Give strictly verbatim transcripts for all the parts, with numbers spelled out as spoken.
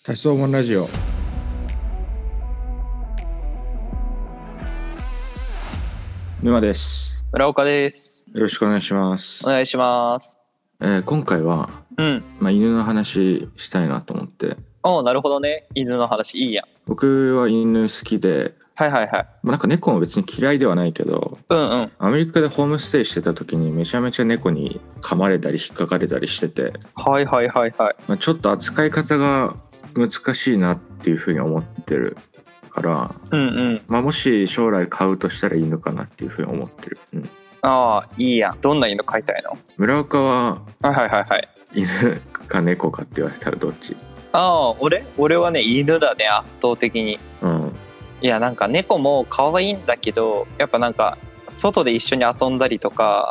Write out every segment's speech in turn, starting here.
多層モンラジオ。沼です。 村岡です。 よろしくお願いします。 お願いします。 えー、今回は、 うんまあ、犬の話したいなと思って。 おー、なるほどね。犬の話いいやん。 僕は犬好きで、 はいはいはい。 まあ、なんか猫も別に嫌いではないけど、 うんうん。 アメリカでホームステイしてた時にめちゃめちゃ猫に噛まれたり引っかかれたりしてて、 はいはいはいはい。 まあ、ちょっと扱い方が難しいなっていうふうに思ってるから、 うんうん。 まあ、もし将来飼うとしたら犬かなっていうふうに思ってる、うん、 ああ、いいやん。どんな犬飼いたいの？ 村岡ははいはいはいはい。 犬か猫かって言われたらどっち？ ああ、俺俺はね、犬だね、圧倒的に。 うん。 いや、なんか猫も可愛いんだけど、やっぱなんか外で一緒に遊んだりとか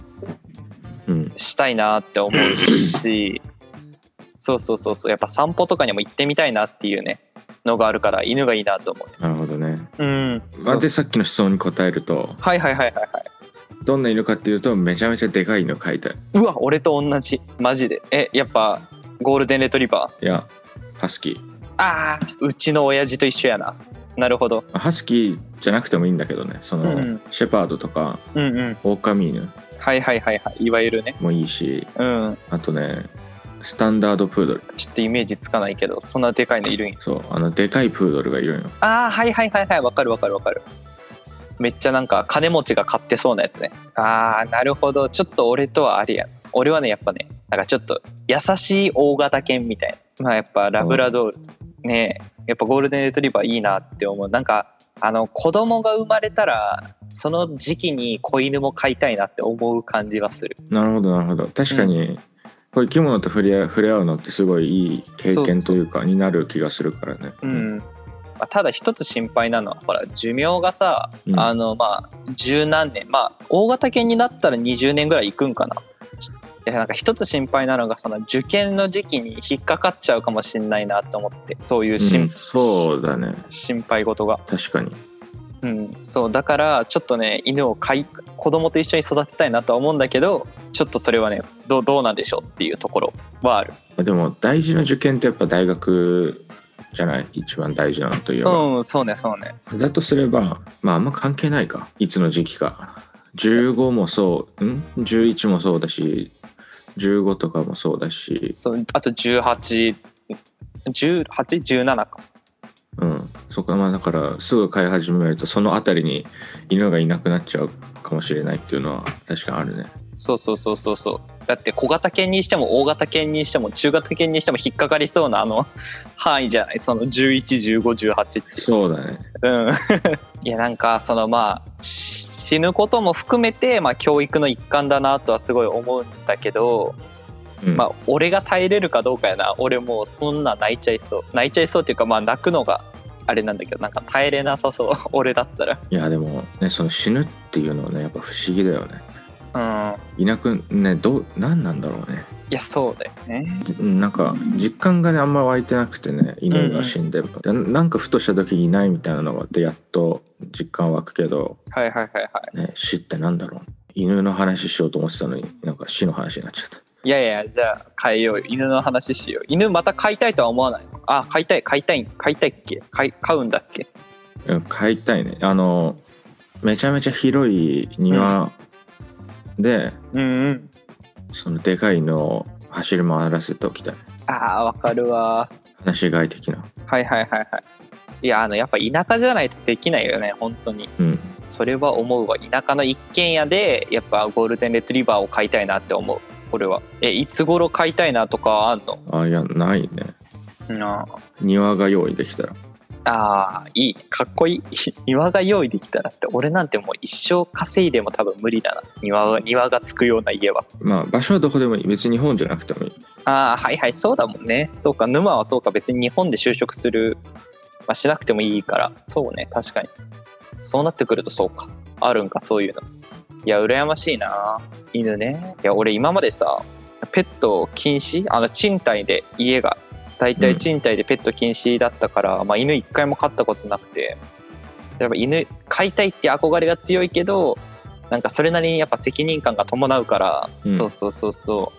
したいなって思うし、うんそうそうそうそう、やっぱ散歩とかにも行ってみたいなっていうねのがあるから犬がいいなと思う。 なるほどね。 うん。 まあ、でさっきの質問に答えると、 はいはいはいはいはい。 どんな犬かっていうとめちゃめちゃでかい犬飼いたい。 うわ、俺と同じ、マジで。え、やっぱゴールデンレトリバー？いや、ハスキー。 ああ、うちの親父と一緒やな。なるほど。 ハスキーじゃなくてもいいんだけどね、その、うん、シェパードとか、 うんうん、 オオカミ犬、 はいはいはいはい、いわゆるねもいいし、 うん、 あとねスタンダードプードル、 ちょっとイメージつかないけど、そんなでかいのいるんや。 そう、あのでかいプードルがいるんよ。 ああ、はいはいはいはい、わかるわかるわかる。めっちゃなんか金持ちが買ってそうなやつね。ああ、なるほど。ちょっと俺とはありや。俺はね、やっぱね、なんかちょっと優しい大型犬みたいな。まあやっぱラブラドールね、やっぱゴールデンレトリバーいいなって思う。なんかあの子供が生まれたらその時期に子犬も飼いたいなって思う感じはする。 なるほどなるほど。確かに、うん、こういう生き物と触れ合う、触れ合うのってすごいいい経験というかになる気がするからね。 うん、うんまあ、ただ一つ心配なのはほら寿命がさ、うん、あのまあ十何年、まあ大型犬になったらにじゅうねんぐらいいくんかな。いやなんか一つ心配なのがその受験の時期に引っかかっちゃうかもしれないなと思って、そういう心、うん、 そうだね、 心配事が。 確かに、 うん、そうだからちょっとね犬を飼い子供と一緒に育てたいなとは思うんだけど、ちょっとそれはねどう、どうなんでしょうっていうところはある。 でも大事な受験ってやっぱ大学じゃない、一番大事なのといえば。 うん、そうねそうね。 だとすればまああんま関係ないか、いつの時期か。じゅうごもそう、んじゅういちもそうだし、じゅうごとかもそうだし、 そうあとじゅうはち、じゅうはち、じゅうななか。 うん、そこはまあだからすぐ飼い始めるとそのあたりに犬がいなくなっちゃうかもしれないっていうのは確かにあるね。そうそうそうそうそう。だって小型犬にしても大型犬にしても中型犬にしても引っかかりそうなあの範囲じゃない、そのじゅういち、じゅうご、じゅうはちって。 そうだね。 うんいやなんかそのまあ死ぬことも含めてまあ教育の一環だなとはすごい思うんだけど、うん、まあ俺が耐えれるかどうかやな。俺もうそんな泣いちゃいそう泣いちゃいそうっていうか、まあ泣くのがあれなんだけど、なんか耐えれなさそう俺だったら。 いやでもね、その死ぬっていうのはねやっぱ不思議だよね。 うん、 いなくね、どう何なんだろうね。 いやそうだよね。 なんか実感がねあんま湧いてなくてね、犬が死んでると、うんうん、なんかふとした時にいないみたいなのがでやっと実感湧くけど、 はいはいはいはい、 ね、死ってなんだろう。犬の話しようと思ってたのになんか死の話になっちゃった。 いやいや、じゃあ変えようよ、犬の話しよう。犬また飼いたいとは思わないの？あ、飼いたい飼いたい飼いたいっけ、飼い飼うんだっけ？ 飼いたいね。あのめちゃめちゃ広い庭で、うんうんうん、そのでかいのを走り回らせておきたい。 あーわかるわ。 話し飼い的な。 はいはいはいはい。いやあのやっぱ田舎じゃないとできないよね本当に、うん、それは思うわ。田舎の一軒家でやっぱゴールデンレトリバーを飼いたいなって思う。これはえいつ頃飼いたいなとかあんの？ あ、いやないね。な庭が用意できたら。 あーいい、かっこいい庭が用意できたらって、俺なんてもう一生稼いでも多分無理だな、庭が庭がつくような家は。 まあ場所はどこでもいい、別に日本じゃなくてもいい。 ああはいはい、そうだもんね。そうか、沼はそうか、別に日本で就職する、まあ、しなくてもいいから。そうね、確かにそうなってくるとそうか、あるんかそういうの。いや羨ましいな犬ね。いや俺今までさペット禁止、あの賃貸で家が大体賃貸でペット禁止だったから、うん、まあ、犬一回も飼ったことなくて、やっぱ犬飼いたいって憧れが強いけどなんかそれなりにやっぱ責任感が伴うから、うん、そうそうそうそう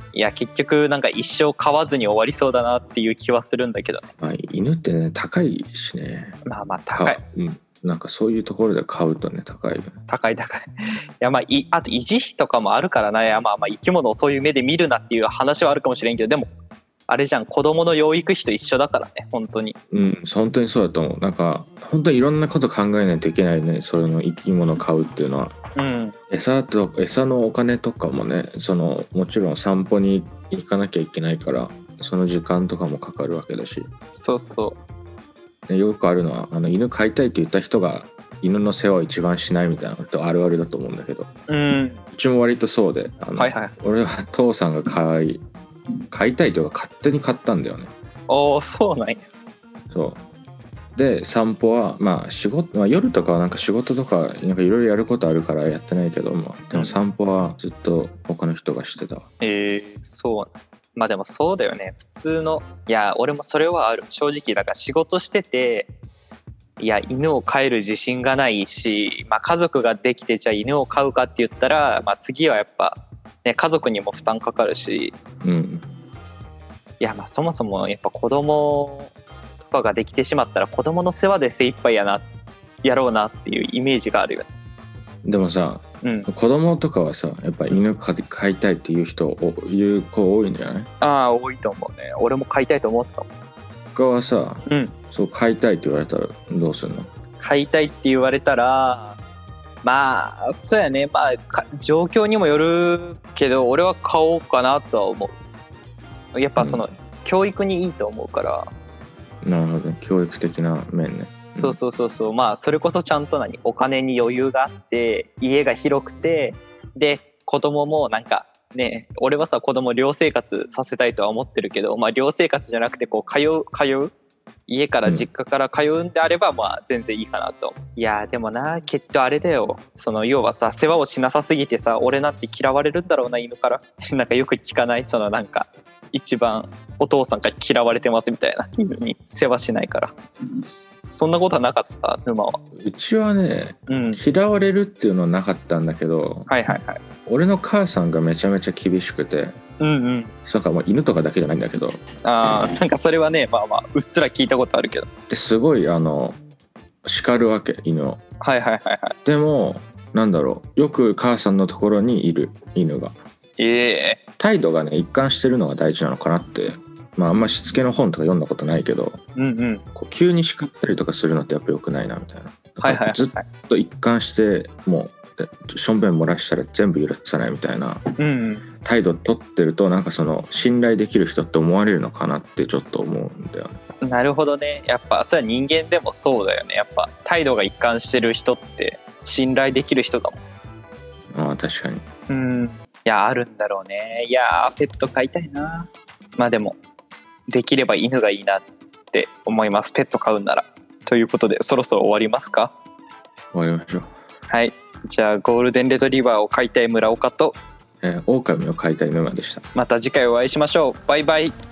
いや結局なんか一生飼わずに終わりそうだなっていう気はするんだけどね。 まあ、犬ってね高いしね。 まあまあ高い、 うん、なんかそういうところで買うとね高いよね。 高い高い。いやまあいあと維持費とかもあるからな。いやまあまあ生き物をそういう目で見るなっていう話はあるかもしれんけど、でもあれじゃん、子供の養育費と一緒だからね本当に。 うん本当にそうだと思う。なんか本当にいろんなこと考えないといけないね、その生き物を飼うっていうのは。 うん、 餌と餌のお金とかもね、そのもちろん散歩に行かなきゃいけないからその時間とかもかかるわけだし。 そうそう。 でよくあるのはあの犬飼いたいって言った人が犬の世話を一番しないみたいなことあるあるだと思うんだけど、 うん、うちも割とそうで、あの、 はいはい、 俺は父さんが飼い飼いたいというか勝手に買ったんだよね。 おおそうなんや。 そうで散歩はまあ仕事、まあ、夜とかはなんか仕事とかなんかいろいろやることあるからやってないけども、でも散歩はずっと他の人がしてた。 えー、そうまあでもそうだよね普通の。いや俺もそれはある正直。だから仕事してていや犬を飼える自信がないし、まあ、家族ができてじゃあ犬を飼うかって言ったら、まあ、次はやっぱ、ね、家族にも負担かかるし、 うん、 いやまあそもそもやっぱ子供とかができてしまったら子供の世話で精一杯やなやろうなっていうイメージがあるよね。 でもさ、うん、子供とかはさやっぱ犬飼いたいっていう人いう子多いんじゃない？ ああ多いと思うね。俺も飼いたいと思ってたもん。 他はさ、 うん、 そう飼いたいって言われたらどうするの？ 飼いたいって言われたらまあそうやね、まあ状況にもよるけど俺は飼おうかなとは思う。やっぱその、うん、教育にいいと思うから。 なるほど、教育的な面ね。 そうそうそうそう、まあそれこそちゃんと何お金に余裕があって家が広くてで子供もなんかね、俺はさ子供寮生活させたいとは思ってるけど、まあ寮生活じゃなくてこう通う通う家から実家から通うんであればまあ全然いいかなと。いやでもなきっとあれだよ、その要はさ世話をしなさすぎてさ俺なんて嫌われるんだろうな犬からなんかよく聞かない？そのなんか一番お父さんが嫌われてますみたいな、犬に世話しないから。そんなことはなかった沼は？ うちはね、うん、嫌われるっていうのはなかったんだけど、 はいはいはい、 俺の母さんがめちゃめちゃ厳しくて、 うんうん、 そうか、まあ、犬とかだけじゃないんだけど、 あーなんかそれはねまあまあうっすら聞いたことあるけど、 ですごいあの叱るわけ犬を。 はいはいはいはい。 でもなんだろう、よく母さんのところにいる犬が、 えー、 態度がね一貫してるのが大事なのかなって。まああんましつけの本とか読んだことないけど、 うんうん、 こう急に叱ったりとかするのってやっぱ良くないなみたいな。 はいはいはい、 ずっと一貫してもうしょんべん漏らしたら全部許さないみたいな態度取ってると、なんかその信頼できる人って思われるのかなってちょっと思うんだよね。 なるほどね。やっぱそれは人間でもそうだよね。やっぱ態度が一貫してる人って信頼できる人かも。 ああ確かに。 うん、いやあるんだろうね。いやペット飼いたいな。まあでもできれば犬がいいなって思います、ペット飼うなら。ということでそろそろ終わりますか？ 終わりましょう。 はい、じゃあゴールデンレトリバーを飼いたい村岡と、 えー、狼を飼いたい沼でした。 また次回お会いしましょう。バイバイ。